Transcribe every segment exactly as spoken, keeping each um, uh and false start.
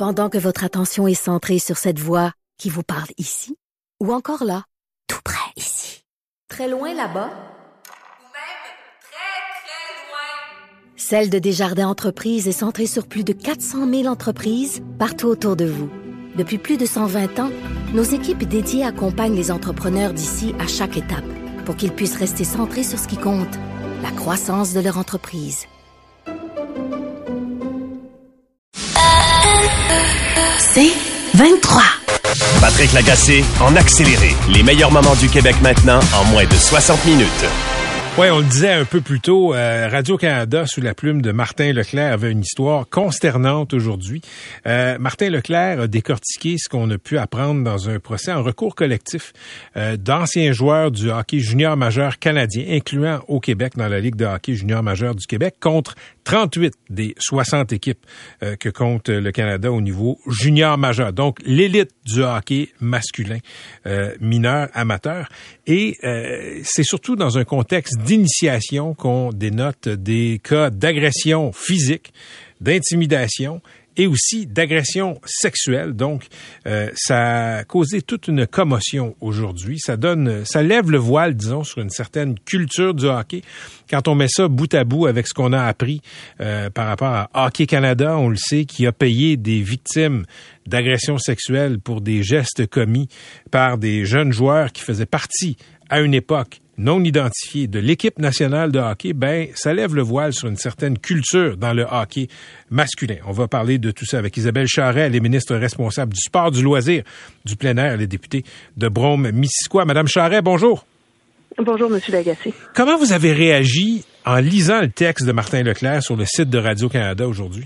Pendant que votre attention est centrée sur cette voix qui vous parle ici, ou encore là, tout près ici, très loin là-bas, ou même très, très loin. Celle de Desjardins Entreprises est centrée sur plus de quatre cent mille entreprises partout autour de vous. Depuis plus de cent vingt ans, nos équipes dédiées accompagnent les entrepreneurs d'ici à chaque étape pour qu'ils puissent rester centrés sur ce qui compte, la croissance de leur entreprise. C'est vingt-trois. Patrick Lagacé en accéléré. Les meilleurs moments du Québec maintenant en moins de soixante minutes. Oui, on le disait un peu plus tôt, euh, Radio-Canada, sous la plume de Martin Leclerc, avait une histoire consternante aujourd'hui. Euh, Martin Leclerc a décortiqué ce qu'on a pu apprendre dans un procès en recours collectif euh, d'anciens joueurs du hockey junior majeur canadien, incluant au Québec dans la Ligue de hockey junior majeur du Québec, contre trente-huit des soixante équipes euh, que compte le Canada au niveau junior majeur. Donc, l'élite du hockey masculin euh, mineur amateur. Et euh, c'est surtout dans un contexte d'initiation qu'on dénote des cas d'agression physique, d'intimidation et aussi d'agression sexuelle. Donc, euh, ça a causé toute une commotion aujourd'hui. Ça donne, ça lève le voile, disons, sur une certaine culture du hockey. Quand on met ça bout à bout avec ce qu'on a appris euh, par rapport à Hockey Canada, on le sait, qui a payé des victimes d'agressions sexuelles pour des gestes commis par des jeunes joueurs qui faisaient partie, à une époque, non identifiée de l'équipe nationale de hockey, ben, ça lève le voile sur une certaine culture dans le hockey masculin. On va parler de tout ça avec Isabelle Charret, elle est ministre responsable du sport, du loisir, du plein air, elle est députée de Brome-Missisquoi. Madame Charret, bonjour. Bonjour, Monsieur Lagacé. Comment vous avez réagi en lisant le texte de Martin Leclerc sur le site de Radio-Canada aujourd'hui?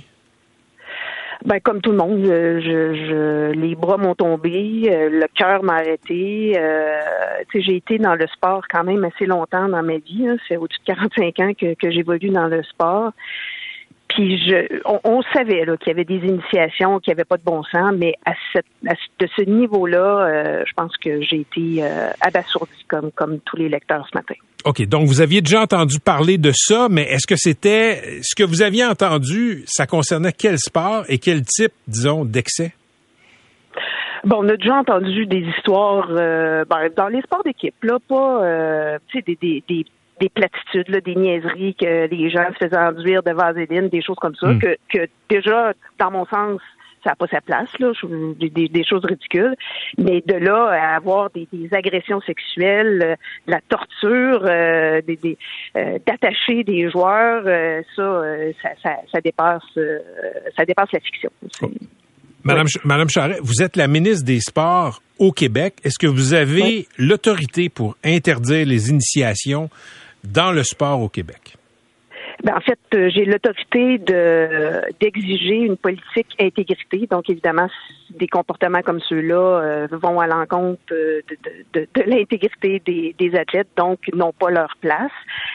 Ben, comme tout le monde, je, je, les bras m'ont tombé, le cœur m'a arrêté. Euh, tu sais, j'ai été dans le sport quand même assez longtemps dans ma vie. Hein. C'est au-dessus de quarante-cinq ans que, que j'évolue dans le sport. Puis je, on, on savait là, qu'il y avait des initiations, qu'il n'y avait pas de bon sens, mais à, cette, à de ce niveau-là, euh, je pense que j'ai été euh, abasourdie comme, comme tous les lecteurs ce matin. OK, donc vous aviez déjà entendu parler de ça, mais est-ce que c'était, ce que vous aviez entendu, ça concernait quel sport et quel type, disons, d'excès? Bon, on a déjà entendu des histoires euh, ben, dans les sports d'équipe, là, pas, euh, tu sais, des, des, des des platitudes, là, des niaiseries que les gens se faisaient enduire de vaseline, des choses comme ça, mmh. que, que déjà, dans mon sens, ça n'a pas sa place, là, des, des, des choses ridicules. Mais de là à avoir des, des agressions sexuelles, euh, de la torture, euh, des, des, euh, d'attacher des joueurs, euh, ça, euh, ça, ça, ça dépasse, euh, ça dépasse la fiction. C'est... Madame, ouais. Madame Charret, vous êtes la ministre des Sports au Québec. Est-ce que vous avez ouais. l'autorité pour interdire les initiations dans le sport au Québec? Ben, en fait, euh, j'ai l'autorité de d'exiger une politique intégrité. Donc, évidemment, des comportements comme ceux-là euh, vont à l'encontre de, de, de, de l'intégrité des, des athlètes, donc n'ont pas leur place.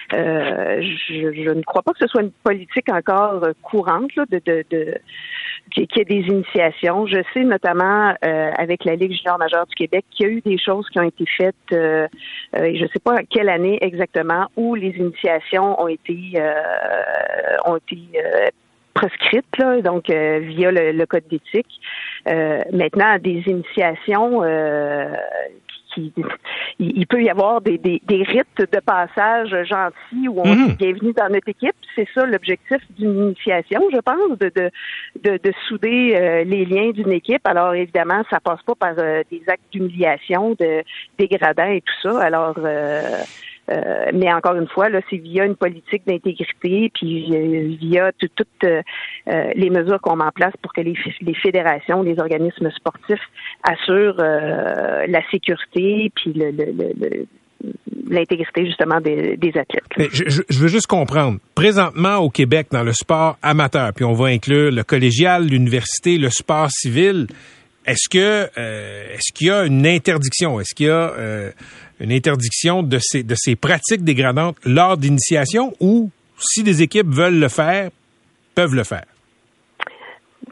Euh, je, je ne crois pas que ce soit une politique encore courante là, de, de, de qu'il y ait des initiations. Je sais notamment euh, avec la Ligue junior majeure du Québec qu'il y a eu des choses qui ont été faites, euh, euh, je ne sais pas à quelle année exactement, où les initiations ont été euh, ont été euh, proscrites, là, donc euh, via le, le code d'éthique. Euh, maintenant, des initiations euh, qui, il, il peut y avoir des, des, des rites de passage gentils où on mmh. dit bienvenue dans notre équipe. C'est ça l'objectif d'une initiation, je pense, de de de, de souder euh, les liens d'une équipe. Alors évidemment, ça passe pas par euh, des actes d'humiliation, de dégradants et tout ça. Alors euh, Euh, mais encore une fois, là, c'est via une politique d'intégrité, puis euh, via toutes tout, euh, les mesures qu'on met en place pour que les, les fédérations, les organismes sportifs assurent euh, la sécurité, puis le, le, le, le l'intégrité justement des, des athlètes. Mais je, je veux juste comprendre. Présentement au Québec, dans le sport amateur, puis on va inclure le collégial, l'université, le sport civil. Est-ce que euh, est-ce qu'il y a une interdiction? Est-ce qu'il y a euh, une interdiction de ces de ces pratiques dégradantes lors d'initiation ou si des équipes veulent le faire, peuvent le faire?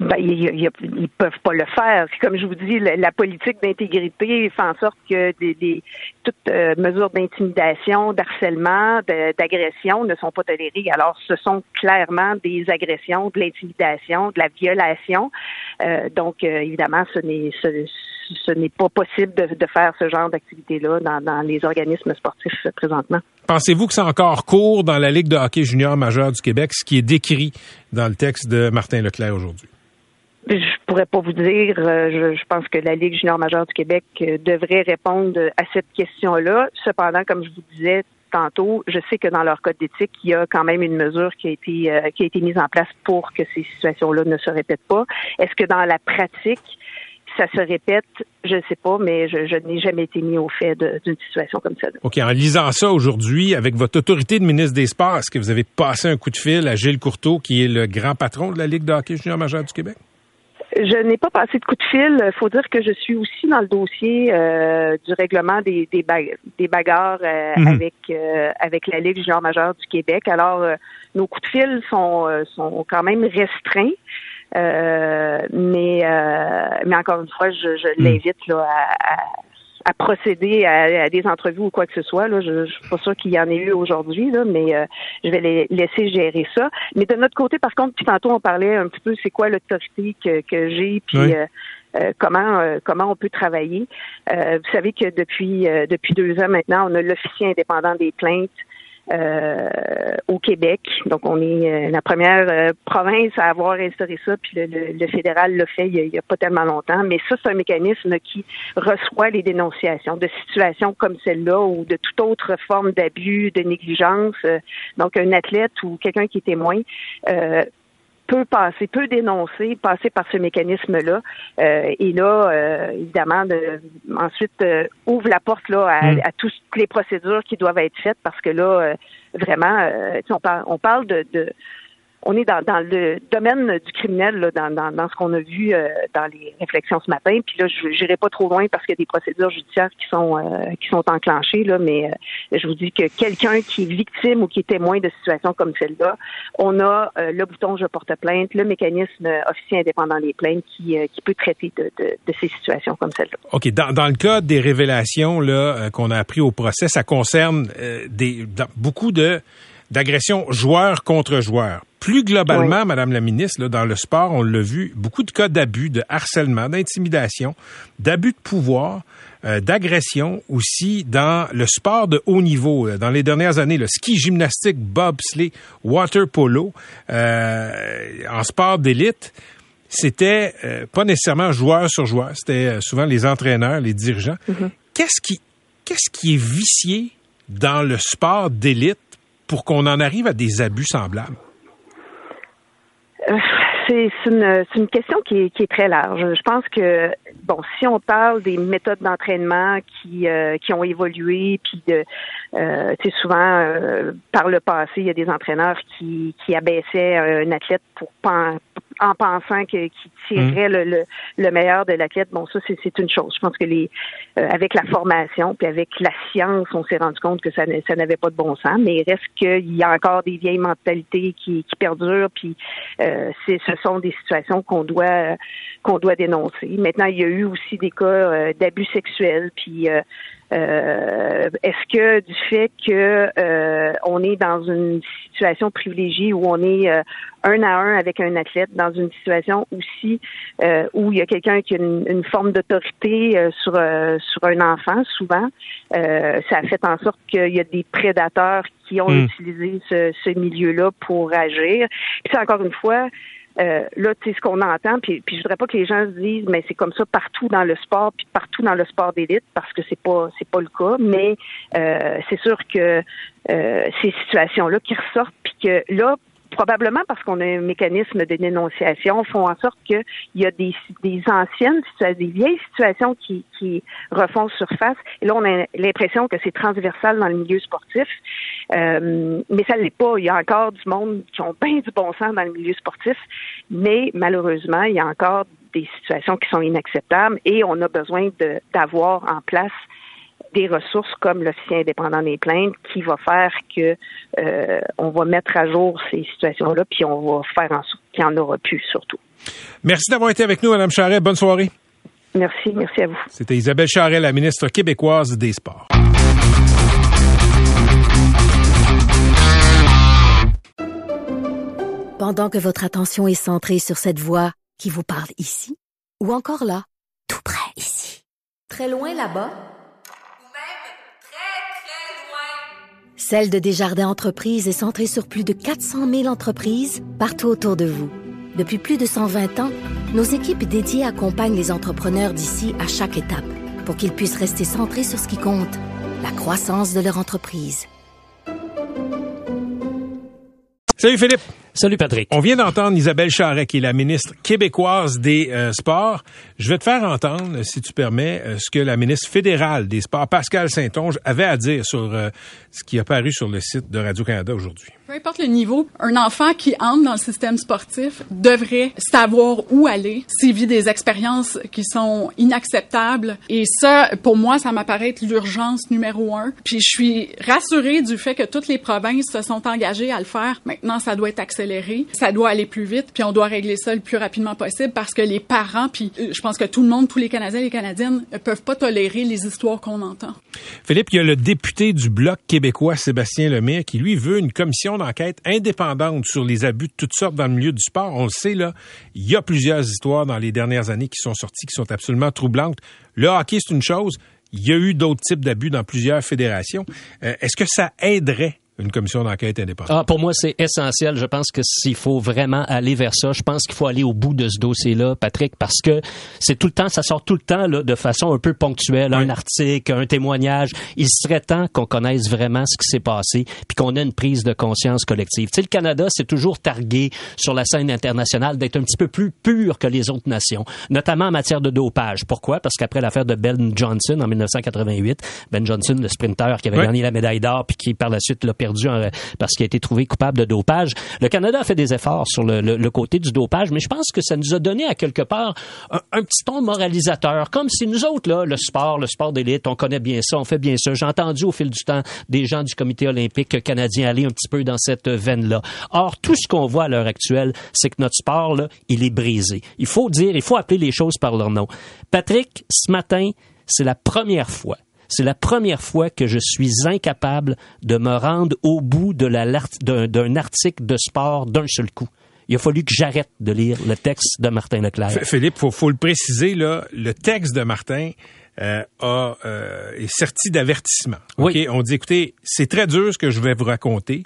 Ben, ils, ils, ils peuvent pas le faire. Comme je vous dis, la, la politique d'intégrité fait en sorte que des, des, toutes euh, mesures d'intimidation, d'harcèlement, de, d'agression ne sont pas tolérées. Alors, ce sont clairement des agressions, de l'intimidation, de la violation. Euh, donc, euh, évidemment, ce n'est ce, ce n'est pas possible de, de faire ce genre d'activité-là dans, dans les organismes sportifs présentement. Pensez-vous que c'est encore court dans la Ligue de hockey junior majeur du Québec, ce qui est décrit dans le texte de Martin Leclerc aujourd'hui? Je pourrais pas vous dire. Je, je pense que la Ligue junior majeure du Québec devrait répondre à cette question-là. Cependant, comme je vous disais tantôt, je sais que dans leur code d'éthique, il y a quand même une mesure qui a été euh, qui a été mise en place pour que ces situations-là ne se répètent pas. Est-ce que dans la pratique, ça se répète? Je ne sais pas, mais je, je n'ai jamais été mis au fait de, d'une situation comme ça. OK. En lisant ça aujourd'hui, avec votre autorité de ministre des Sports, est-ce que vous avez passé un coup de fil à Gilles Courteau, qui est le grand patron de la Ligue de hockey junior majeur du Québec? Je n'ai pas passé de coup de fil. Il faut dire que je suis aussi dans le dossier euh, du règlement des des, bag- des bagarres euh, mm-hmm. avec euh, avec la Ligue junior majeure du Québec. Alors, euh, nos coups de fil sont euh, sont quand même restreints. Euh, mais euh, mais encore une fois, je, je l'invite là à, à, à procéder à, à des entrevues ou quoi que ce soit. Là, je, je suis pas sûre qu'il y en ait eu aujourd'hui, là, mais euh, je vais les laisser gérer ça. Mais de notre côté, par contre, puis tantôt on parlait un petit peu, c'est quoi l'autorité que, que j'ai, puis oui. euh, euh, comment euh, comment on peut travailler. Euh, vous savez que depuis euh, depuis deux ans maintenant, on a l'officier indépendant des plaintes. Euh, au Québec. Donc, on est euh, la première euh, province à avoir instauré ça, puis le, le, le fédéral l'a fait il n'y a, a pas tellement longtemps. Mais ça, c'est un mécanisme qui reçoit les dénonciations de situations comme celle-là ou de toute autre forme d'abus, de négligence. Euh, donc, un athlète ou quelqu'un qui est témoin euh, peut passer, peut dénoncer, passer par ce mécanisme-là. Euh, et là, euh, évidemment, de, ensuite, euh, ouvre la porte là à, mmh. à toutes les procédures qui doivent être faites parce que là, euh, vraiment, euh, on, parle, on parle de... de on est dans, dans le domaine du criminel, là, dans, dans, dans ce qu'on a vu euh, dans les réflexions ce matin. Puis là, je n'irai pas trop loin parce qu'il y a des procédures judiciaires qui sont euh, qui sont enclenchées, là, mais euh, je vous dis que quelqu'un qui est victime ou qui est témoin de situations comme celle-là, on a euh, le bouton « Je porte plainte », le mécanisme euh, officier indépendant des plaintes qui, euh, qui peut traiter de, de, de ces situations comme celle-là. OK. Dans, dans le cas des révélations là euh, qu'on a appris au procès, ça concerne euh, des dans, beaucoup de d'agressions joueur contre joueur. Plus globalement, oui. Madame la ministre, là, dans le sport, on l'a vu, beaucoup de cas d'abus, de harcèlement, d'intimidation, d'abus de pouvoir, euh, d'agression aussi dans le sport de haut niveau. Dans les dernières années, le ski, gymnastique, bobsleigh, water polo, euh, en sport d'élite, c'était euh, pas nécessairement joueur sur joueur, c'était euh, souvent les entraîneurs, les dirigeants. Mm-hmm. Qu'est-ce qui, qu'est-ce qui est vicié dans le sport d'élite pour qu'on en arrive à des abus semblables? C'est, c'est, une, c'est une question qui est, qui est très large. Je pense que, bon, si on parle des méthodes d'entraînement qui euh, qui ont évolué, puis de, euh, tu sais, souvent, euh, par le passé, il y a des entraîneurs qui, qui abaissaient un athlète pour pas en pensant que, qu'il tirerait mmh. le, le, le meilleur de l'athlète. Bon, ça, c'est, c'est une chose. Je pense que les euh, avec la formation puis avec la science, on s'est rendu compte que ça, ça n'avait pas de bon sens. Mais il reste qu'il y a encore des vieilles mentalités qui, qui perdurent. Puis euh, c'est, ce sont des situations qu'on doit euh, qu'on doit dénoncer. Maintenant, il y a eu aussi des cas euh, d'abus sexuels. Puis euh, Euh, est-ce que du fait que euh, on est dans une situation privilégiée où on est euh, un à un avec un athlète, dans une situation aussi euh, où il y a quelqu'un qui a une, une forme d'autorité euh, sur euh, sur un enfant, souvent, euh, ça a fait en sorte qu'il y a des prédateurs qui ont mmh. utilisé ce, ce milieu-là pour agir. Puis c'est encore une fois. Euh, là, tu sais, ce qu'on entend, puis, puis je voudrais pas que les gens se disent, mais c'est comme ça partout dans le sport, puis partout dans le sport d'élite, parce que c'est pas, c'est pas le cas. Mais euh, c'est sûr que euh, ces situations-là qui ressortent, puis que là, probablement parce qu'on a un mécanisme de dénonciation, font en sorte qu'il y a des, des anciennes situations, des vieilles situations qui, qui refont surface. Et là, on a l'impression que c'est transversal dans le milieu sportif. Euh, mais ça ne l'est pas. Il y a encore du monde qui ont bien du bon sens dans le milieu sportif. Mais malheureusement, il y a encore des situations qui sont inacceptables et on a besoin de, d'avoir en place des ressources comme l'officier indépendant des plaintes qui va faire que euh, on va mettre à jour ces situations-là puis on va faire en sorte qu'il n'y en aura plus surtout. Merci d'avoir été avec nous, Mme Charret. Bonne soirée. Merci, merci à vous. C'était Isabelle Charret, la ministre québécoise des Sports. Pendant que votre attention est centrée sur cette voix qui vous parle ici, ou encore là, tout près ici, très loin là-bas, Ou même très, très loin. Celle de Desjardins Entreprises est centrée sur plus de quatre cent mille entreprises partout autour de vous. Depuis plus de cent vingt ans, nos équipes dédiées accompagnent les entrepreneurs d'ici à chaque étape pour qu'ils puissent rester centrés sur ce qui compte, la croissance de leur entreprise. Salut Philippe. Salut Patrick. On vient d'entendre Isabelle Charret, qui est la ministre québécoise des euh, Sports. Je vais te faire entendre, si tu permets, euh, ce que la ministre fédérale des Sports, Pascale Saint-Onge, avait à dire sur euh, ce qui a paru sur le site de Radio-Canada aujourd'hui. Peu importe le niveau, un enfant qui entre dans le système sportif devrait savoir où aller s'il vit des expériences qui sont inacceptables. Et ça, pour moi, ça m'apparaît être l'urgence numéro un. Puis je suis rassurée du fait que toutes les provinces se sont engagées à le faire. Maintenant, ça doit être accéléré, ça doit aller plus vite, puis on doit régler ça le plus rapidement possible parce que les parents, puis je pense que tout le monde, tous les Canadiens et les Canadiennes, ne peuvent pas tolérer les histoires qu'on entend. Philippe, il y a le député du Bloc québécois, Sébastien Lemire, qui lui veut une commission d'enquête indépendante sur les abus de toutes sortes dans le milieu du sport. On le sait, là, il y a plusieurs histoires dans les dernières années qui sont sorties, qui sont absolument troublantes. Le hockey, c'est une chose. Il y a eu d'autres types d'abus dans plusieurs fédérations. Euh, est-ce que ça aiderait une commission d'enquête indépendante? Ah, pour moi, c'est essentiel. Je pense que s'il faut vraiment aller vers ça, je pense qu'il faut aller au bout de ce dossier-là, Patrick, parce que c'est tout le temps, ça sort tout le temps là, de façon un peu ponctuelle, oui. Un article, un témoignage. Il serait temps qu'on connaisse vraiment ce qui s'est passé, puis qu'on ait une prise de conscience collective. Tu sais, le Canada, c'est toujours targué sur la scène internationale d'être un petit peu plus pur que les autres nations, notamment en matière de dopage. Pourquoi? Parce qu'après l'affaire de Ben Johnson en dix-neuf cent quatre-vingt-huit, Ben Johnson, le sprinter qui avait oui. gagné la médaille d'or, puis qui par la suite l'a perdu parce qu'il a été trouvé coupable de dopage. Le Canada a fait des efforts sur le, le, le côté du dopage, mais je pense que ça nous a donné à quelque part un, un petit ton moralisateur, comme si nous autres, là, le sport, le sport d'élite, on connaît bien ça, on fait bien ça. J'ai entendu au fil du temps des gens du comité olympique canadien aller un petit peu dans cette veine-là. Or, tout ce qu'on voit à l'heure actuelle, c'est que notre sport, là, il est brisé. Il faut dire, il faut appeler les choses par leur nom. Patrick, ce matin, c'est la première fois C'est la première fois que je suis incapable de me rendre au bout de la, d'un, d'un article de sport d'un seul coup. Il a fallu que j'arrête de lire le texte de Martin Leclerc. Philippe, faut, faut le préciser, là, le texte de Martin euh, a, euh, est serti d'avertissement. Okay? Oui. On dit, écoutez, c'est très dur ce que je vais vous raconter.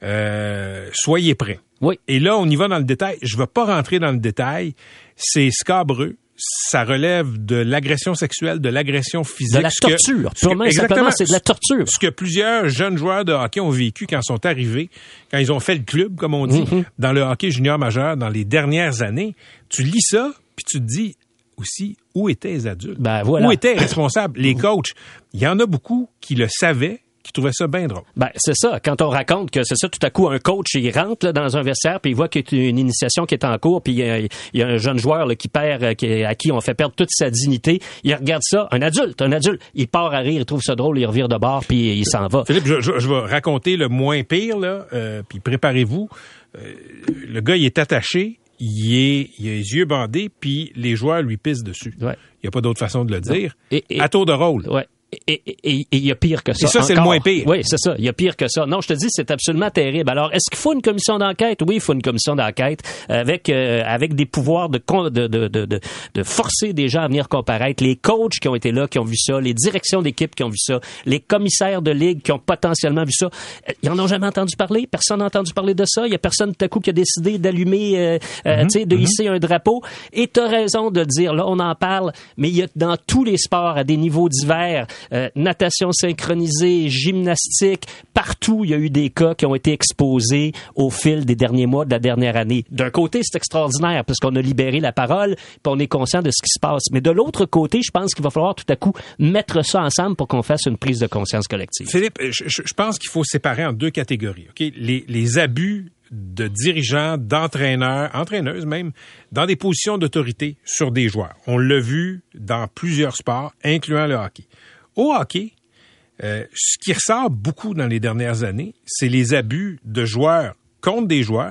Euh, soyez prêts. Oui. Et là, on y va dans le détail. Je ne vais pas rentrer dans le détail. C'est scabreux. Ça relève de l'agression sexuelle, de l'agression physique. De la torture. Que, purement et simplement, c'est de la torture. Ce que plusieurs jeunes joueurs de hockey ont vécu quand ils sont arrivés, quand ils ont fait le club, comme on dit, mm-hmm. dans le hockey junior majeur dans les dernières années. Tu lis ça, puis tu te dis aussi, où étaient les adultes? Ben, voilà. Où étaient les responsables? Les coachs? Il y en a beaucoup qui le savaient, qui trouvait ça bien drôle. Ben, c'est ça. Quand on raconte que c'est ça, tout à coup, un coach, il rentre là, dans un vestiaire, puis il voit qu'il y a une initiation qui est en cours, puis il y a, il y a un jeune joueur là, qui perd, qui, à qui on fait perdre toute sa dignité. Il regarde ça, un adulte, un adulte. Il part à rire, il trouve ça drôle, il revire de bord, puis il s'en va. Philippe, je, je, je vais raconter le moins pire, là, euh, puis préparez-vous. Euh, le gars, il est attaché, il, est, il a les yeux bandés, puis les joueurs lui pissent dessus. Ouais. Il n'y a pas d'autre façon de le dire. Et, et, à tour de rôle. Ouais. Et il y a pire que ça. Et ça, encore. C'est le moins pire. Oui, c'est ça. Il y a pire que ça. Non, je te dis, c'est absolument terrible. Alors, est-ce qu'il faut une commission d'enquête? Oui, il faut une commission d'enquête avec euh, avec des pouvoirs de, de, de, de, de, de forcer des gens à venir comparaître. Les coachs qui ont été là, qui ont vu ça, les directions d'équipe qui ont vu ça, les commissaires de ligue qui ont potentiellement vu ça. Ils en ont jamais entendu parler. Personne n'a entendu parler de ça. Il y a personne tout à coup qui a décidé d'allumer, euh, euh, mm-hmm. tu sais, de hisser mm-hmm. un drapeau. Et t'as raison de le dire. Là, on en parle, mais il y a dans tous les sports à des niveaux divers, euh, natation synchronisée, gymnastique, partout, il y a eu des cas qui ont été exposés au fil des derniers mois de la dernière année. D'un côté, c'est extraordinaire parce qu'on a libéré la parole, puis on est conscient de ce qui se passe. Mais de l'autre côté, je pense qu'il va falloir tout à coup mettre ça ensemble pour qu'on fasse une prise de conscience collective. Philippe, je, je pense qu'il faut séparer en deux catégories. Okay? Les, les abus de dirigeants, d'entraîneurs, entraîneuses même, dans des positions d'autorité sur des joueurs. On l'a vu dans plusieurs sports, incluant le hockey. Au hockey, euh, ce qui ressort beaucoup dans les dernières années, c'est les abus de joueurs contre des joueurs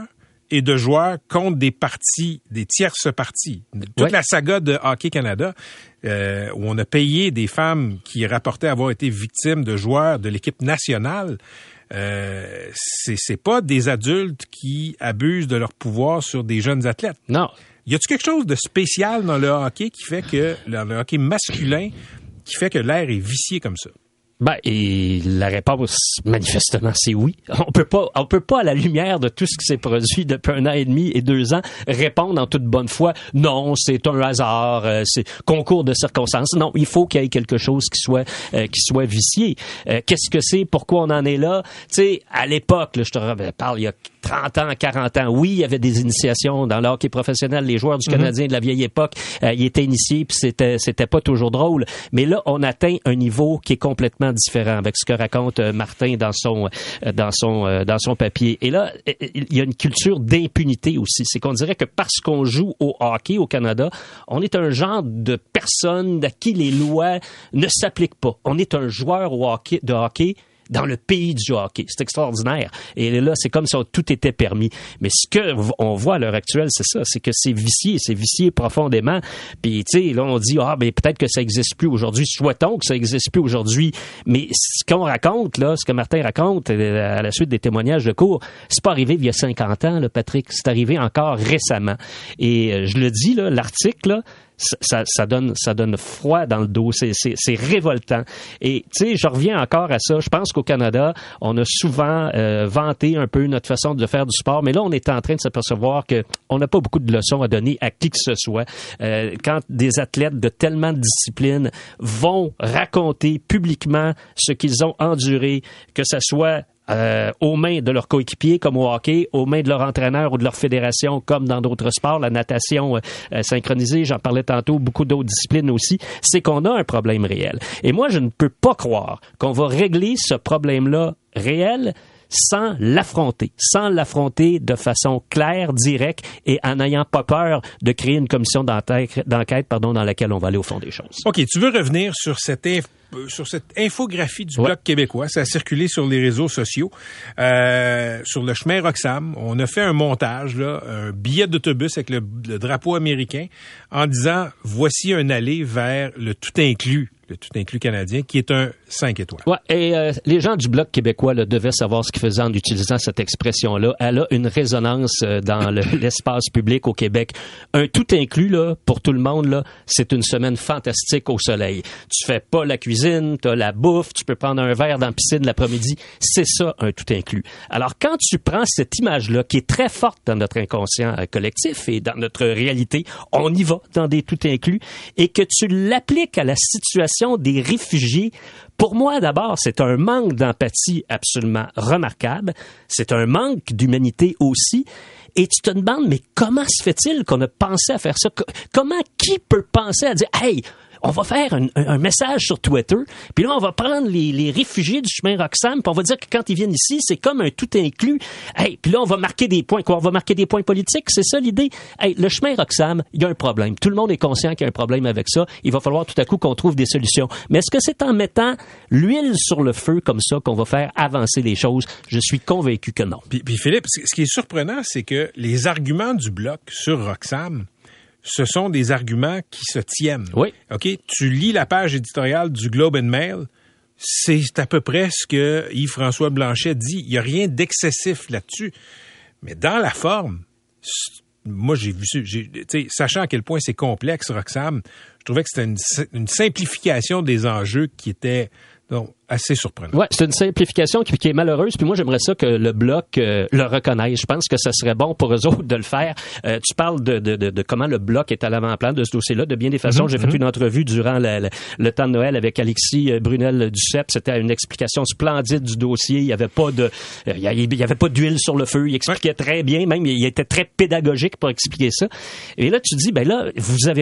et de joueurs contre des parties, des tierces parties. Toute ouais. la saga de Hockey Canada, euh, où on a payé des femmes qui rapportaient avoir été victimes de joueurs de l'équipe nationale, euh, c'est, c'est pas des adultes qui abusent de leur pouvoir sur des jeunes athlètes. Non. Y a-t-il quelque chose de spécial dans le hockey qui fait que, dans le hockey masculin, qui fait que l'air est vicié comme ça? Ben, et la réponse, manifestement, c'est oui. On peut pas, on peut pas, à la lumière de tout ce qui s'est produit depuis un an et demi et deux ans, répondre en toute bonne foi, non, c'est un hasard, euh, c'est concours de circonstances. Non, il faut qu'il y ait quelque chose qui soit, euh, qui soit vicié. Euh, qu'est-ce que c'est? Pourquoi on en est là? Tu sais, à l'époque, là, je te parle, il y a trente ans, quarante ans, oui, il y avait des initiations dans le hockey professionnel. Les joueurs du Canadien de la vieille époque, euh, ils étaient initiés, puis c'était, c'était pas toujours drôle. Mais là, on atteint un niveau qui est complètement différent avec ce que raconte euh, Martin dans son euh, dans son euh, dans son papier. Et là, il y a une culture d'impunité aussi. C'est qu'on dirait que parce qu'on joue au hockey au Canada, on est un genre de personne à qui les lois ne s'appliquent pas. On est un joueur au hockey, de hockey dans le pays du hockey. C'est extraordinaire. Et là, c'est comme si tout était permis. Mais ce que on voit à l'heure actuelle, c'est ça, c'est que c'est vicié, c'est vicié profondément. Puis, tu sais, là, on dit, ah, ben peut-être que ça existe plus aujourd'hui. Souhaitons que ça existe plus aujourd'hui. Mais ce qu'on raconte, là, ce que Martin raconte à la suite des témoignages de cours, c'est pas arrivé il y a cinquante ans, là, Patrick. C'est arrivé encore récemment. Et euh, je le dis, là, l'article, là, Ça, ça donne, ça donne froid dans le dos. C'est, c'est, c'est révoltant. Et tu sais, je reviens encore à ça. Je pense qu'au Canada, on a souvent euh, vanté un peu notre façon de faire du sport, mais là, on est en train de s'apercevoir que on n'a pas beaucoup de leçons à donner à qui que ce soit. Euh, quand des athlètes de tellement de disciplines vont raconter publiquement ce qu'ils ont enduré, que ça soit Euh, aux mains de leurs coéquipiers comme au hockey, aux mains de leur entraîneur ou de leur fédération comme dans d'autres sports, la natation euh, synchronisée, j'en parlais tantôt, beaucoup d'autres disciplines aussi, c'est qu'on a un problème réel. Et moi, je ne peux pas croire qu'on va régler ce problème-là réel sans l'affronter, sans l'affronter de façon claire, directe et en n'ayant pas peur de créer une commission d'enquête, d'enquête pardon, dans laquelle on va aller au fond des choses. OK, tu veux revenir sur cette inf- sur cette infographie du ouais. Bloc québécois. Ça a circulé sur les réseaux sociaux. Euh, sur le chemin Roxham, on a fait un montage, là, un billet d'autobus avec le, le drapeau américain en disant « Voici un aller vers le tout inclus ». Le tout inclus canadien, qui est un cinq étoiles. Ouais, et euh, les gens du Bloc québécois là, devaient savoir ce qu'ils faisaient en utilisant cette expression-là. Elle a une résonance euh, dans le, l'espace public au Québec. Un tout inclus, là, pour tout le monde, là, c'est une semaine fantastique au soleil. Tu fais pas la cuisine, t'as la bouffe, tu peux prendre un verre dans la piscine l'après-midi. C'est ça, un tout inclus. Alors, quand tu prends cette image-là, qui est très forte dans notre inconscient euh, collectif et dans notre réalité, on y va dans des tout inclus, et que tu l'appliques à la situation des réfugiés, pour moi, d'abord, c'est un manque d'empathie absolument remarquable. C'est un manque d'humanité aussi. Et tu te demandes, mais comment se fait-il qu'on a pensé à faire ça? Comment, qui peut penser à dire, hey, on va faire un, un, un message sur Twitter, puis là, on va prendre les, les réfugiés du chemin Roxham, puis on va dire que quand ils viennent ici, c'est comme un tout inclus. Hey, puis là, on va marquer des points. Quoi, on va marquer des points politiques? C'est ça l'idée? Hey, le chemin Roxham, il y a un problème. Tout le monde est conscient qu'il y a un problème avec ça. Il va falloir tout à coup qu'on trouve des solutions. Mais est-ce que c'est en mettant l'huile sur le feu comme ça qu'on va faire avancer les choses? Je suis convaincu que non. Puis, puis Philippe, ce qui est surprenant, c'est que les arguments du Bloc sur Roxham, ce sont des arguments qui se tiennent. Oui. OK? Tu lis la page éditoriale du Globe and Mail, c'est à peu près ce que Yves-François Blanchet dit. Il n'y a rien d'excessif là-dessus. Mais dans la forme, moi, j'ai vu, j'ai, sachant à quel point c'est complexe, Roxham, je trouvais que c'était une, une simplification des enjeux qui était donc assez surprenant. Ouais, c'est une simplification qui, qui est malheureuse. Puis moi, j'aimerais ça que le Bloc euh, le reconnaisse. Je pense que ça serait bon pour eux autres de le faire. Euh, tu parles de, de, de, de comment le Bloc est à l'avant-plan de ce dossier-là. De bien des façons, mm-hmm. j'ai fait une entrevue durant la, la, le temps de Noël avec Alexis Brunel-Duceppe. C'était une explication splendide du dossier. Il y avait pas de, euh, il y avait pas d'huile sur le feu. Il expliquait ouais. très bien. Même, il était très pédagogique pour expliquer ça. Et là, tu dis, ben là, vous avez fait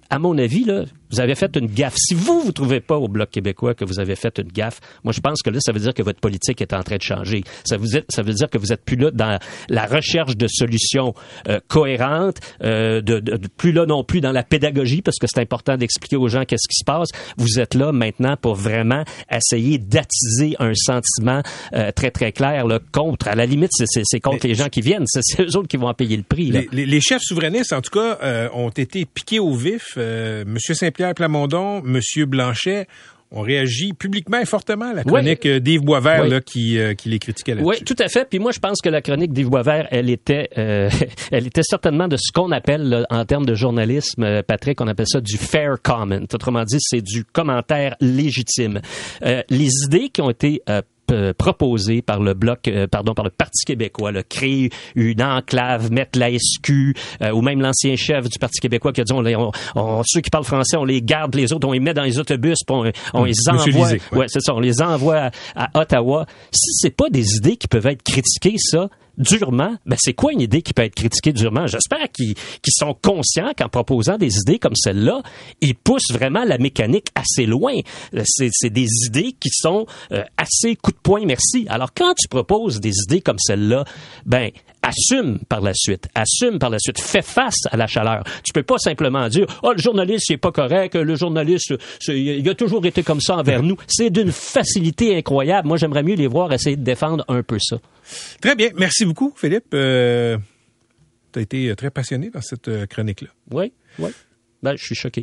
à mon avis, là, vous avez fait une gaffe. Si vous, vous trouvez pas au Bloc québécois que vous avez fait une gaffe, moi, je pense que là, ça veut dire que votre politique est en train de changer. Ça veut dire, ça veut dire que vous êtes plus là dans la recherche de solutions euh, cohérentes, euh, de, de, de plus là non plus dans la pédagogie, parce que c'est important d'expliquer aux gens qu'est-ce qui se passe. Vous êtes là maintenant pour vraiment essayer d'attiser un sentiment euh, très, très clair là, contre. À la limite, c'est, c'est, c'est contre Mais, les gens qui viennent. C'est, c'est eux autres qui vont en payer le prix. Là. Les, les, les chefs souverainistes, en tout cas, euh, ont été piqués au vif. Euh, Monsieur Saint-Pierre Plamondon, Monsieur Blanchet ont réagi publiquement et fortement à la chronique oui. d'Yves Boisvert oui. là, qui, euh, qui les critiquait là-dessus. Oui, tout à fait. Puis moi, je pense que la chronique d'Yves Boisvert, elle était, euh, elle était certainement de ce qu'on appelle, là, en termes de journalisme, Patrick, on appelle ça du fair comment. Autrement dit, c'est du commentaire légitime. Euh, les idées qui ont été euh, proposé par le bloc, euh, pardon, par le Parti québécois, là, créer une enclave, mettre la S Q, euh, ou même l'ancien chef du Parti québécois qui a dit, on, on, on, ceux qui parlent français, on les garde, les autres, on les met dans les autobus, puis on, on mmh, les envoie, Lisée, ouais. ouais, c'est ça, on les envoie à, à Ottawa. Si c'est pas des idées qui peuvent être critiquées, ça, durement, ben c'est quoi une idée qui peut être critiquée durement? J'espère qu'ils, qu'ils sont conscients qu'en proposant des idées comme celle-là, ils poussent vraiment la mécanique assez loin. C'est, c'est des idées qui sont euh, assez coup de poing, merci. Alors quand tu proposes des idées comme celle-là, ben assume par la suite, assume par la suite, fais face à la chaleur. Tu peux pas simplement dire « Oh, le journaliste, il est pas correct, le journaliste, c'est, il a toujours été comme ça envers nous. » C'est d'une facilité incroyable. Moi, j'aimerais mieux les voir essayer de défendre un peu ça. Très bien. Merci beaucoup, Philippe. Euh, tu as été très passionné dans cette euh, chronique-là. Oui, oui. Ben, je suis choqué.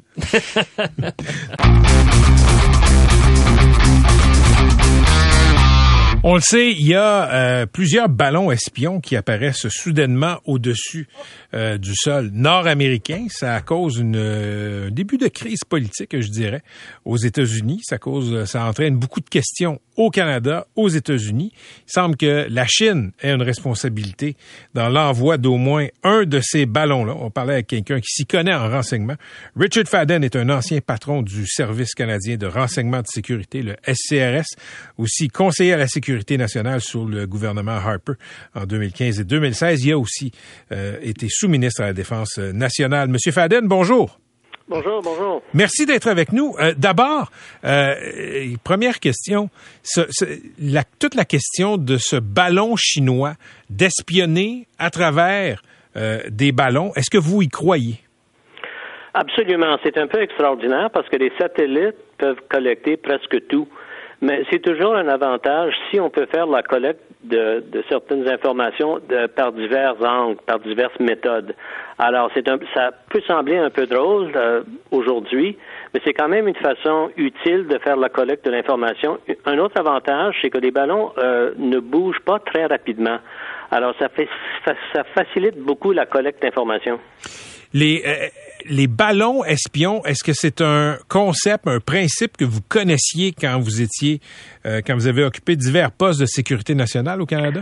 On le sait, il y a euh, plusieurs ballons espions qui apparaissent soudainement au-dessus euh, du sol nord-américain. Ça cause une, euh, un début de crise politique, je dirais, aux États-Unis. Ça cause, ça entraîne beaucoup de questions au Canada, aux États-Unis. Il semble que la Chine ait une responsabilité dans l'envoi d'au moins un de ces ballons-là. On parlait avec quelqu'un qui s'y connaît en renseignement. Richard Fadden est un ancien patron du Service canadien de renseignement de sécurité, le S C R S, aussi conseiller à la sécurité nationale sous le gouvernement Harper en deux mille quinze et deux mille seize. Il a aussi euh, été sous-ministre à la Défense nationale. Monsieur Fadden, bonjour. Bonjour, bonjour. Merci d'être avec nous. Euh, d'abord, euh, première question, ce, ce, la, toute la question de ce ballon chinois d'espionner à travers euh, des ballons, est-ce que vous y croyez? Absolument. C'est un peu extraordinaire parce que les satellites peuvent collecter presque tout. Mais c'est toujours un avantage si on peut faire la collecte de, de certaines informations de, par divers angles, par diverses méthodes. Alors, c'est un, ça peut sembler un peu drôle euh, aujourd'hui, mais c'est quand même une façon utile de faire la collecte de l'information. Un autre avantage, c'est que les ballons euh, ne bougent pas très rapidement. Alors, ça fait ça facilite beaucoup la collecte d'informations. Les euh, les ballons espions, est-ce que c'est un concept, un principe que vous connaissiez quand vous étiez, euh, quand vous avez occupé divers postes de sécurité nationale au Canada?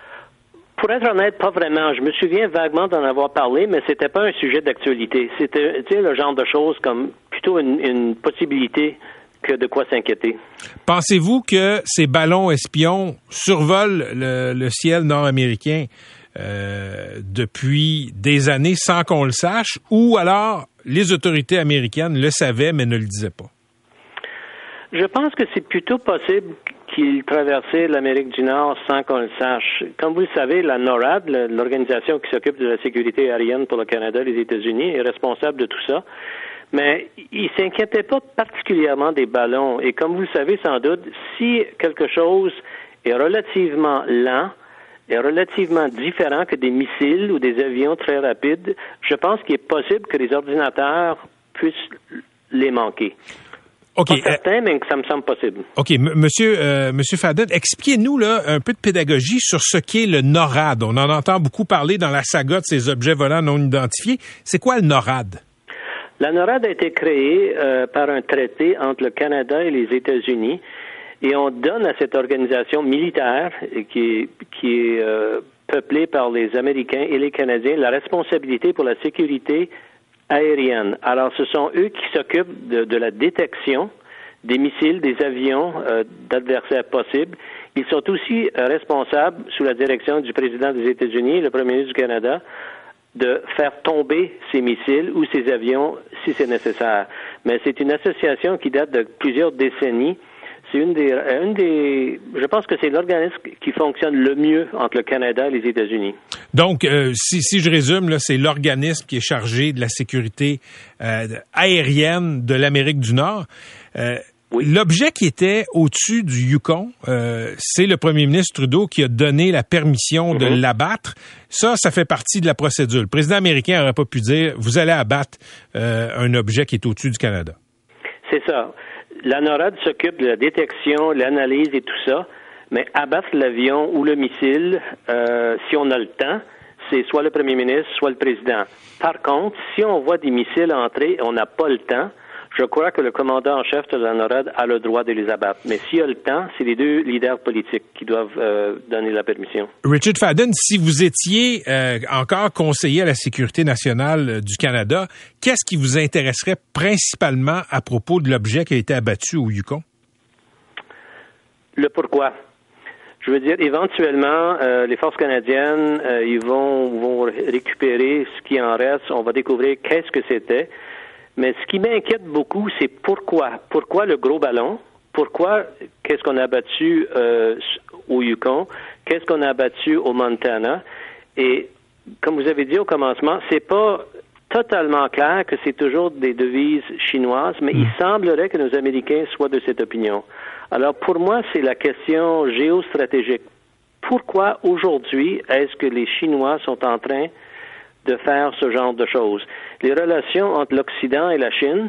Pour être honnête, pas vraiment. Je me souviens vaguement d'en avoir parlé, mais c'était pas un sujet d'actualité. C'était, tu sais, le genre de choses comme plutôt une, une possibilité que de quoi s'inquiéter. Pensez-vous que ces ballons espions survolent le, le ciel nord-américain euh, depuis des années sans qu'on le sache, ou alors les autorités américaines le savaient mais ne le disaient pas? Je pense que c'est plutôt possible qu'ils traversaient l'Amérique du Nord sans qu'on le sache. Comme vous le savez, la NORAD, l'organisation qui s'occupe de la sécurité aérienne pour le Canada et les États-Unis, est responsable de tout ça. Mais ils ne s'inquiétaient pas particulièrement des ballons. Et comme vous le savez sans doute, si quelque chose est relativement lent, est relativement différent que des missiles ou des avions très rapides, je pense qu'il est possible que les ordinateurs puissent les manquer. Okay, pas certain, euh, mais que ça me semble possible. OK. M- monsieur, euh, monsieur Fadden, expliquez-nous là un peu de pédagogie sur ce qu'est le NORAD. On en entend beaucoup parler dans la saga de ces objets volants non identifiés. C'est quoi le NORAD? La NORAD a été créée euh, par un traité entre le Canada et les États-Unis, et on donne à cette organisation militaire qui est, qui est euh, peuplée par les Américains et les Canadiens la responsabilité pour la sécurité aérienne. Alors, ce sont eux qui s'occupent de, de la détection des missiles, des avions euh, d'adversaires possibles. Ils sont aussi euh, responsables, sous la direction du président des États-Unis et le premier ministre du Canada, de faire tomber ces missiles ou ces avions si c'est nécessaire. Mais c'est une association qui date de plusieurs décennies. C'est une des, une des, je pense que c'est l'organisme qui fonctionne le mieux entre le Canada et les États-Unis. Donc, euh, si, si je résume, là, c'est l'organisme qui est chargé de la sécurité euh, aérienne de l'Amérique du Nord. Euh, oui. L'objet qui était au-dessus du Yukon, euh, c'est le premier ministre Trudeau qui a donné la permission mm-hmm. de l'abattre. Ça, ça fait partie de la procédure. Le président américain n'aurait pas pu dire, vous allez abattre euh, un objet qui est au-dessus du Canada. C'est ça. La NORAD s'occupe de la détection, l'analyse et tout ça, mais abattre l'avion ou le missile, euh, si on a le temps, c'est soit le premier ministre, soit le président. Par contre, si on voit des missiles entrer et on n'a pas le temps, je crois que le commandant en chef de la NORAD a le droit de les abattre. Mais s'il y a le temps, c'est les deux leaders politiques qui doivent euh, donner la permission. Richard Fadden, si vous étiez euh, encore conseiller à la sécurité nationale du Canada, qu'est-ce qui vous intéresserait principalement à propos de l'objet qui a été abattu au Yukon? Le pourquoi. Je veux dire, éventuellement, euh, les forces canadiennes, euh, ils vont, vont récupérer ce qui en reste. On va découvrir qu'est-ce que c'était. Mais ce qui m'inquiète beaucoup, c'est pourquoi. Pourquoi le gros ballon? Pourquoi qu'est-ce qu'on a abattu euh, au Yukon? Qu'est-ce qu'on a abattu au Montana? Et comme vous avez dit au commencement, c'est pas totalement clair que c'est toujours des devises chinoises, mais mmh. il semblerait que nos Américains soient de cette opinion. Alors pour moi, c'est la question géostratégique. Pourquoi aujourd'hui est-ce que les Chinois sont en train de faire ce genre de choses? Les relations entre l'Occident et la Chine,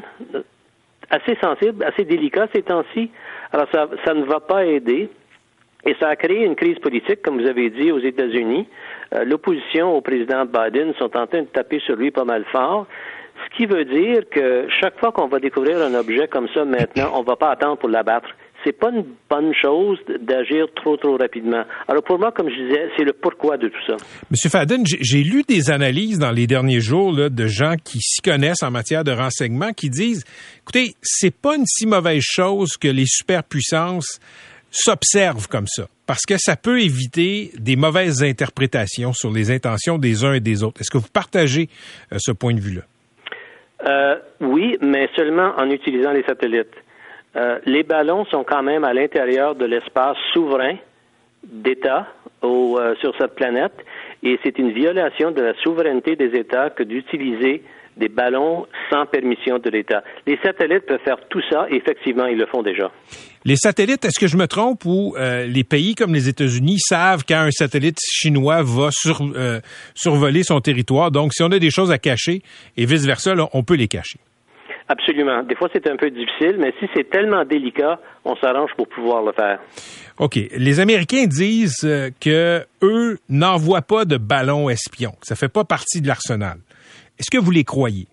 assez sensibles, assez délicates ces temps-ci, alors ça, ça ne va pas aider. Et ça a créé une crise politique, comme vous avez dit, aux États-Unis. Euh, l'opposition au président Biden sont en train de taper sur lui pas mal fort. Ce qui veut dire que chaque fois qu'on va découvrir un objet comme ça maintenant, on ne va pas attendre pour l'abattre. C'est pas une bonne chose d'agir trop, trop rapidement. Alors pour moi, comme je disais, c'est le pourquoi de tout ça. Monsieur Fadden, j'ai, j'ai lu des analyses dans les derniers jours là, de gens qui s'y connaissent en matière de renseignement qui disent, écoutez, c'est pas une si mauvaise chose que les superpuissances s'observent comme ça, parce que ça peut éviter des mauvaises interprétations sur les intentions des uns et des autres. Est-ce que vous partagez euh, ce point de vue-là? Euh, oui, mais seulement en utilisant les satellites. Euh, les ballons sont quand même à l'intérieur de l'espace souverain d'États au, euh, sur cette planète, et c'est une violation de la souveraineté des États que d'utiliser des ballons sans permission de l'État. Les satellites peuvent faire tout ça, et effectivement, ils le font déjà. Les satellites, est-ce que je me trompe, ou euh, les pays comme les États-Unis savent quand un satellite chinois va sur, euh, survoler son territoire? Donc, si on a des choses à cacher, et vice-versa, là, on peut les cacher. Absolument. Des fois, c'est un peu difficile, mais si c'est tellement délicat, on s'arrange pour pouvoir le faire. OK. Les Américains disent euh, que eux n'envoient pas de ballons espions. Ça fait pas partie de l'arsenal. Est-ce que vous les croyez?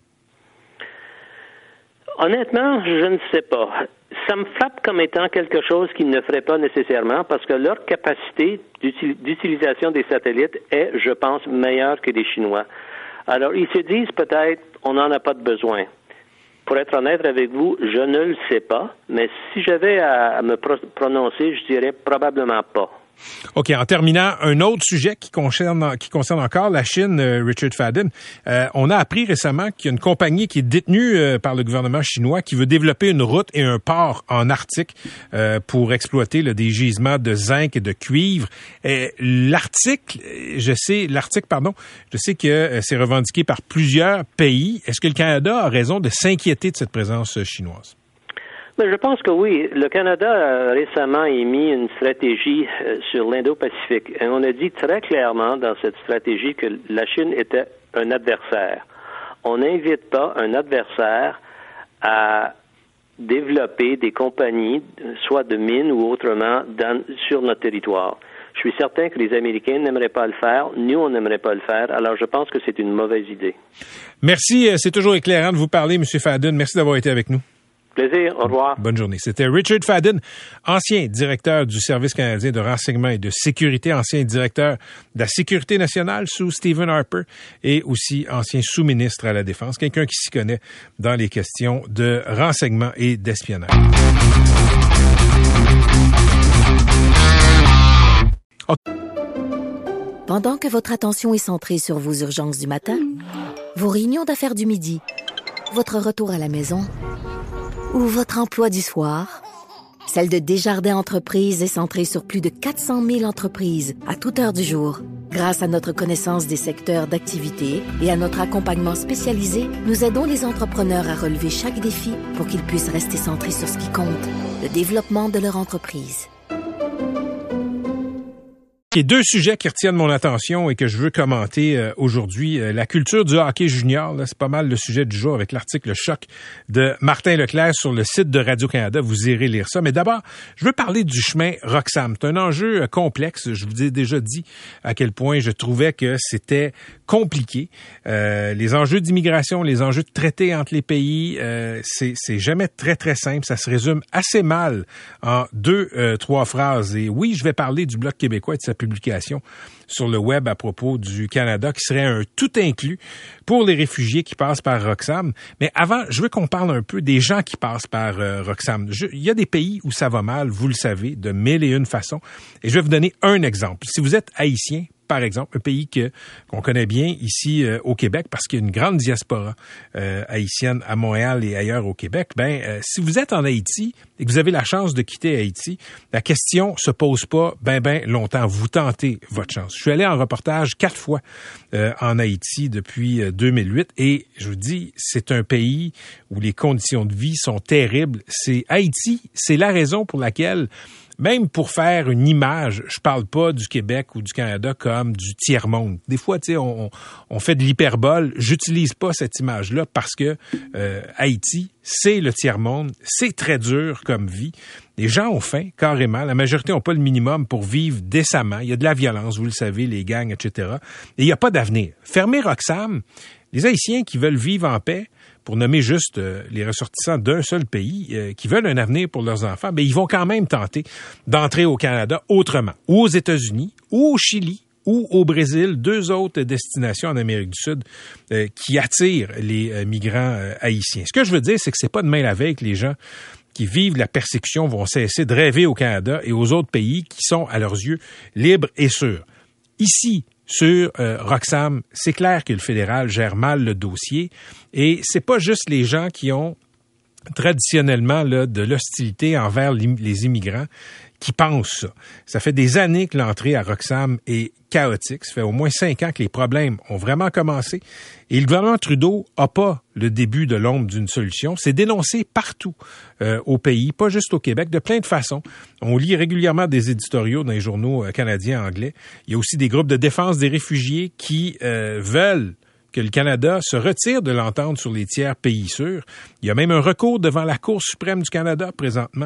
Honnêtement, je ne sais pas. Ça me frappe comme étant quelque chose qu'ils ne feraient pas nécessairement parce que leur capacité d'util- d'utilisation des satellites est, je pense, meilleure que les Chinois. Alors, ils se disent peut-être, on n'en a pas de besoin. Pour être honnête avec vous, je ne le sais pas, mais si j'avais à me pro- prononcer, je dirais probablement pas. OK. En terminant, un autre sujet qui concerne, qui concerne encore la Chine, euh, Richard Fadden. Euh, on a appris récemment qu'il y a une compagnie qui est détenue euh, par le gouvernement chinois qui veut développer une route et un port en Arctique euh, pour exploiter là, des gisements de zinc et de cuivre. Euh, L'Arctique, je sais, l'Arctique, pardon, je sais que euh, c'est revendiqué par plusieurs pays. Est-ce que le Canada a raison de s'inquiéter de cette présence euh, chinoise? Mais je pense que oui. Le Canada a récemment émis une stratégie euh, sur l'Indo-Pacifique. Et on a dit très clairement dans cette stratégie que la Chine était un adversaire. On n'invite pas un adversaire à développer des compagnies, soit de mines ou autrement, dans, sur notre territoire. Je suis certain que les Américains n'aimeraient pas le faire. Nous, on n'aimerait pas le faire. Alors, je pense que c'est une mauvaise idée. Merci. C'est toujours éclairant de vous parler, M. Fadden. Merci d'avoir été avec nous. Plaisir, au revoir. Bonne journée. C'était Richard Fadden, ancien directeur du Service canadien de renseignement et de sécurité, ancien directeur de la sécurité nationale sous Stephen Harper et aussi ancien sous-ministre à la Défense, quelqu'un qui s'y connaît dans les questions de renseignement et d'espionnage. Okay. Pendant que votre attention est centrée sur vos urgences du matin, vos réunions d'affaires du midi, votre retour à la maison ou votre emploi du soir, celle de Desjardins Entreprises est centrée sur plus de quatre cent mille entreprises à toute heure du jour. Grâce à notre connaissance des secteurs d'activité et à notre accompagnement spécialisé, nous aidons les entrepreneurs à relever chaque défi pour qu'ils puissent rester centrés sur ce qui compte, le développement de leur entreprise. Il y a deux sujets qui retiennent mon attention et que je veux commenter euh, aujourd'hui. Euh, la culture du hockey junior, là, c'est pas mal le sujet du jour avec l'article Choc de Martin Leclerc sur le site de Radio-Canada. Vous irez lire ça. Mais d'abord, je veux parler du chemin Roxham. C'est un enjeu euh, complexe. Je vous ai déjà dit à quel point je trouvais que c'était compliqué. Euh, les enjeux d'immigration, les enjeux de traité entre les pays, euh, c'est, c'est jamais très, très simple. Ça se résume assez mal en deux, euh, trois phrases. Et oui, je vais parler du Bloc québécois et de sa publication sur le web à propos du Canada qui serait un tout inclus pour les réfugiés qui passent par Roxham. Mais avant, je veux qu'on parle un peu des gens qui passent par euh, Roxham. Je, il y a des pays où ça va mal, vous le savez, de mille et une façons. Et je vais vous donner un exemple. Si vous êtes haïtien, par exemple, un pays que qu'on connaît bien ici euh, au Québec parce qu'il y a une grande diaspora euh, haïtienne à Montréal et ailleurs au Québec, ben euh, si vous êtes en Haïti et que vous avez la chance de quitter Haïti, la question se pose pas ben ben longtemps. Vous tentez votre chance. Je suis allé en reportage quatre fois euh, en Haïti depuis euh, deux mille huit et je vous dis, c'est un pays où les conditions de vie sont terribles. C'est Haïti, c'est la raison pour laquelle même pour faire une image, je parle pas du Québec ou du Canada comme du tiers-monde. Des fois, tu sais, on, on fait de l'hyperbole. J'utilise pas cette image-là parce que euh, Haïti, c'est le tiers-monde. C'est très dur comme vie. Les gens ont faim, carrément. La majorité n'ont pas le minimum pour vivre décemment. Il y a de la violence, vous le savez, les gangs, et cetera. Et il n'y a pas d'avenir. Fermer Roxham, les Haïtiens qui veulent vivre en paix, pour nommer juste euh, les ressortissants d'un seul pays, euh, qui veulent un avenir pour leurs enfants, ben ils vont quand même tenter d'entrer au Canada autrement, ou aux États-Unis, ou au Chili, ou au Brésil, deux autres destinations en Amérique du Sud euh, qui attirent les euh, migrants euh, haïtiens. Ce que je veux dire, c'est que c'est pas demain la veille que les gens qui vivent la persécution vont cesser de rêver au Canada et aux autres pays qui sont, à leurs yeux, libres et sûrs. Ici, sur euh, Roxham, c'est clair que le fédéral gère mal le dossier et c'est pas juste les gens qui ont traditionnellement là, de l'hostilité envers les immigrants qui pensent ça. Ça fait des années que l'entrée à Roxham est chaotique. Ça fait au moins cinq ans que les problèmes ont vraiment commencé. Et le gouvernement Trudeau n'a pas le début de l'ombre d'une solution. C'est dénoncé partout euh, au pays, pas juste au Québec, de plein de façons. On lit régulièrement des éditoriaux dans les journaux euh, canadiens anglais. Il y a aussi des groupes de défense des réfugiés qui euh, veulent que le Canada se retire de l'entente sur les tiers pays sûrs. Il y a même un recours devant la Cour suprême du Canada présentement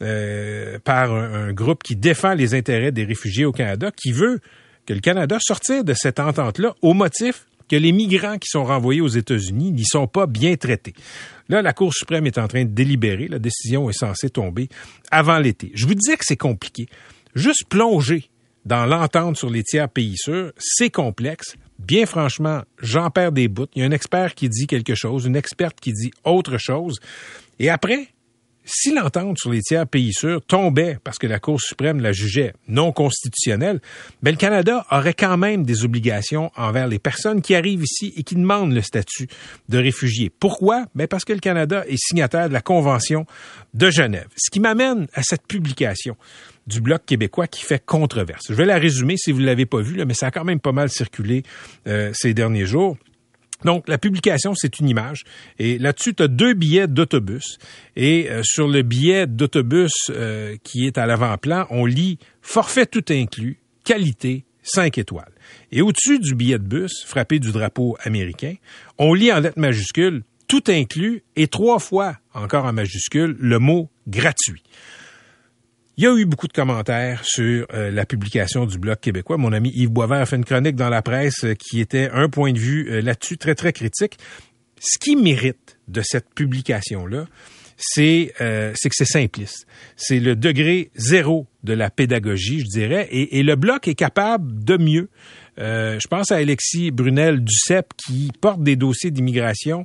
euh, par un, un groupe qui défend les intérêts des réfugiés au Canada, qui veut que le Canada sortire de cette entente-là au motif que les migrants qui sont renvoyés aux États-Unis n'y sont pas bien traités. Là, la Cour suprême est en train de délibérer. La décision est censée tomber avant l'été. Je vous disais que c'est compliqué. Juste plonger dans l'entente sur les tiers pays sûrs, c'est complexe. Bien franchement, j'en perds des bouts. Il y a un expert qui dit quelque chose, une experte qui dit autre chose. Et après, si l'entente sur les tiers pays sûrs tombait parce que la Cour suprême la jugeait non constitutionnelle, ben le Canada aurait quand même des obligations envers les personnes qui arrivent ici et qui demandent le statut de réfugié. Pourquoi? Ben parce que le Canada est signataire de la Convention de Genève. Ce qui m'amène à cette publication du Bloc québécois qui fait controverse. Je vais la résumer si vous ne l'avez pas vue, là, mais ça a quand même pas mal circulé euh, ces derniers jours. Donc, la publication, c'est une image. Et là-dessus, tu as deux billets d'autobus. Et euh, sur le billet d'autobus euh, qui est à l'avant-plan, on lit « Forfait tout inclus, qualité, cinq étoiles ». Et au-dessus du billet de bus, frappé du drapeau américain, on lit en lettres majuscules « Tout inclus » et trois fois, encore en majuscules, le mot « gratuit ». Il y a eu beaucoup de commentaires sur euh, la publication du Bloc québécois. Mon ami Yves Boisvert a fait une chronique dans la presse euh, qui était un point de vue euh, là-dessus très, très critique. Ce qui mérite de cette publication-là, c'est, euh, c'est que c'est simpliste. C'est le degré zéro de la pédagogie, je dirais, et, et le Bloc est capable de mieux. Euh, je pense à Alexis Brunel-Duceppe qui porte des dossiers d'immigration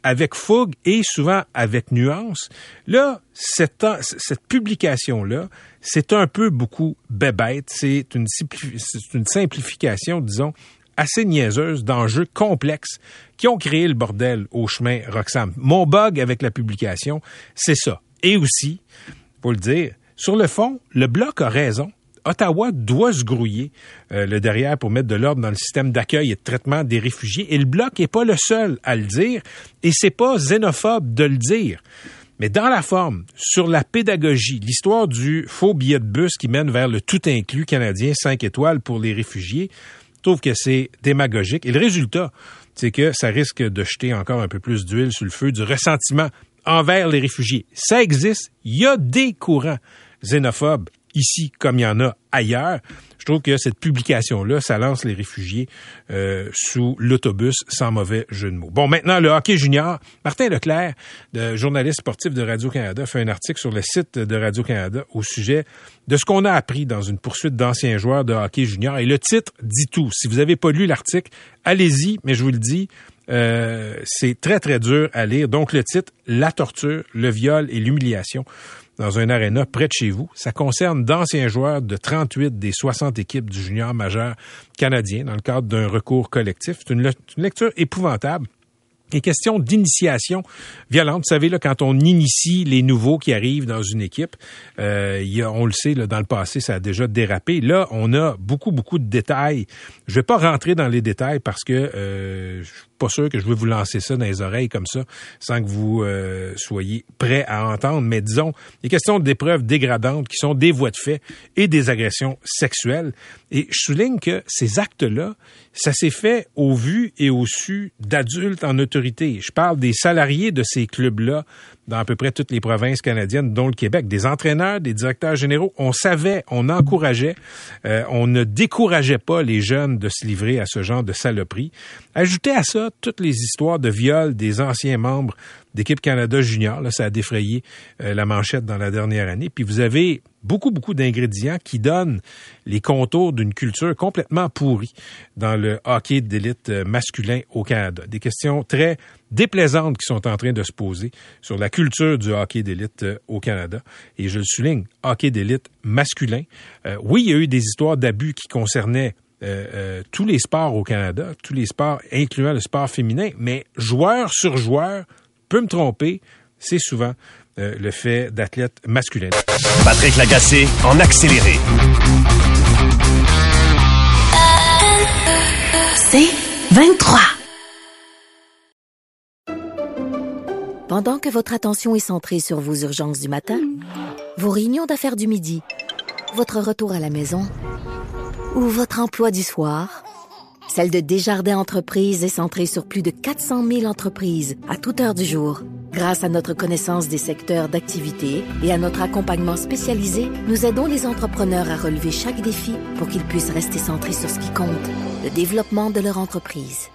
avec fougue et souvent avec nuance. Là, cette, cette publication-là, c'est un peu beaucoup bébête. C'est une, c'est une simplification, disons, assez niaiseuse d'enjeux complexes qui ont créé le bordel au chemin Roxham. Mon bug avec la publication, c'est ça. Et aussi, faut le dire, sur le fond, le Bloc a raison. Ottawa doit se grouiller euh, le derrière pour mettre de l'ordre dans le système d'accueil et de traitement des réfugiés. Et le Bloc n'est pas le seul à le dire, et c'est pas xénophobe de le dire. Mais dans la forme, sur la pédagogie, l'histoire du faux billet de bus qui mène vers le tout inclus canadien cinq étoiles pour les réfugiés, je trouve que c'est démagogique. Et le résultat, c'est que ça risque de jeter encore un peu plus d'huile sur le feu du ressentiment envers les réfugiés. Ça existe, il y a des courants xénophobes ici comme il y en a ailleurs. Je trouve que cette publication-là, ça lance les réfugiés euh, sous l'autobus, sans mauvais jeu de mots. Bon, maintenant, le hockey junior. Martin Leclerc, de, journaliste sportif de Radio-Canada, fait un article sur le site de Radio-Canada au sujet de ce qu'on a appris dans une poursuite d'anciens joueurs de hockey junior. Et le titre dit tout. Si vous n'avez pas lu l'article, allez-y, mais je vous le dis, euh, c'est très, très dur à lire. Donc, le titre, La torture, le viol et l'humiliation dans un aréna près de chez vous. Ça concerne d'anciens joueurs de trente-huit des soixante équipes du junior majeur canadien dans le cadre d'un recours collectif. C'est une, le- une lecture épouvantable. Et question d'initiation violente. Vous savez, là, quand on initie les nouveaux qui arrivent dans une équipe, euh, il y a, on le sait, là, dans le passé, ça a déjà dérapé. Là, on a beaucoup, beaucoup de détails. Je vais pas rentrer dans les détails parce que euh, je suis pas sûr que je vais vous lancer ça dans les oreilles comme ça, sans que vous euh, soyez prêts à entendre. Mais disons, les questions d'épreuves dégradantes qui sont des voies de fait et des agressions sexuelles. Et je souligne que ces actes-là, ça s'est fait au vu et au su d'adultes en autorité. Je parle des salariés de ces clubs-là dans à peu près toutes les provinces canadiennes, dont le Québec. Des entraîneurs, des directeurs généraux. On savait, on encourageait, euh, on ne décourageait pas les jeunes de se livrer à ce genre de saloperie. Ajoutez à ça toutes les histoires de viol des anciens membres d'équipe Canada Junior. Là, ça a défrayé euh, la manchette dans la dernière année. Puis vous avez beaucoup, beaucoup d'ingrédients qui donnent les contours d'une culture complètement pourrie dans le hockey d'élite masculin au Canada. Des questions très déplaisantes qui sont en train de se poser sur la culture du hockey d'élite au Canada. Et je le souligne, hockey d'élite masculin. Euh, oui, il y a eu des histoires d'abus qui concernaient Euh, euh, tous les sports au Canada, tous les sports, incluant le sport féminin, mais joueur sur joueur, peut me tromper, c'est souvent euh, le fait d'athlètes masculins. Patrick Lagacé en accéléré. C'est vingt-trois. Pendant que votre attention est centrée sur vos urgences du matin, vos réunions d'affaires du midi, votre retour à la maison ou votre emploi du soir, celle de Desjardins Entreprises est centrée sur plus de quatre cent mille entreprises à toute heure du jour. Grâce à notre connaissance des secteurs d'activité et à notre accompagnement spécialisé, nous aidons les entrepreneurs à relever chaque défi pour qu'ils puissent rester centrés sur ce qui compte, le développement de leur entreprise.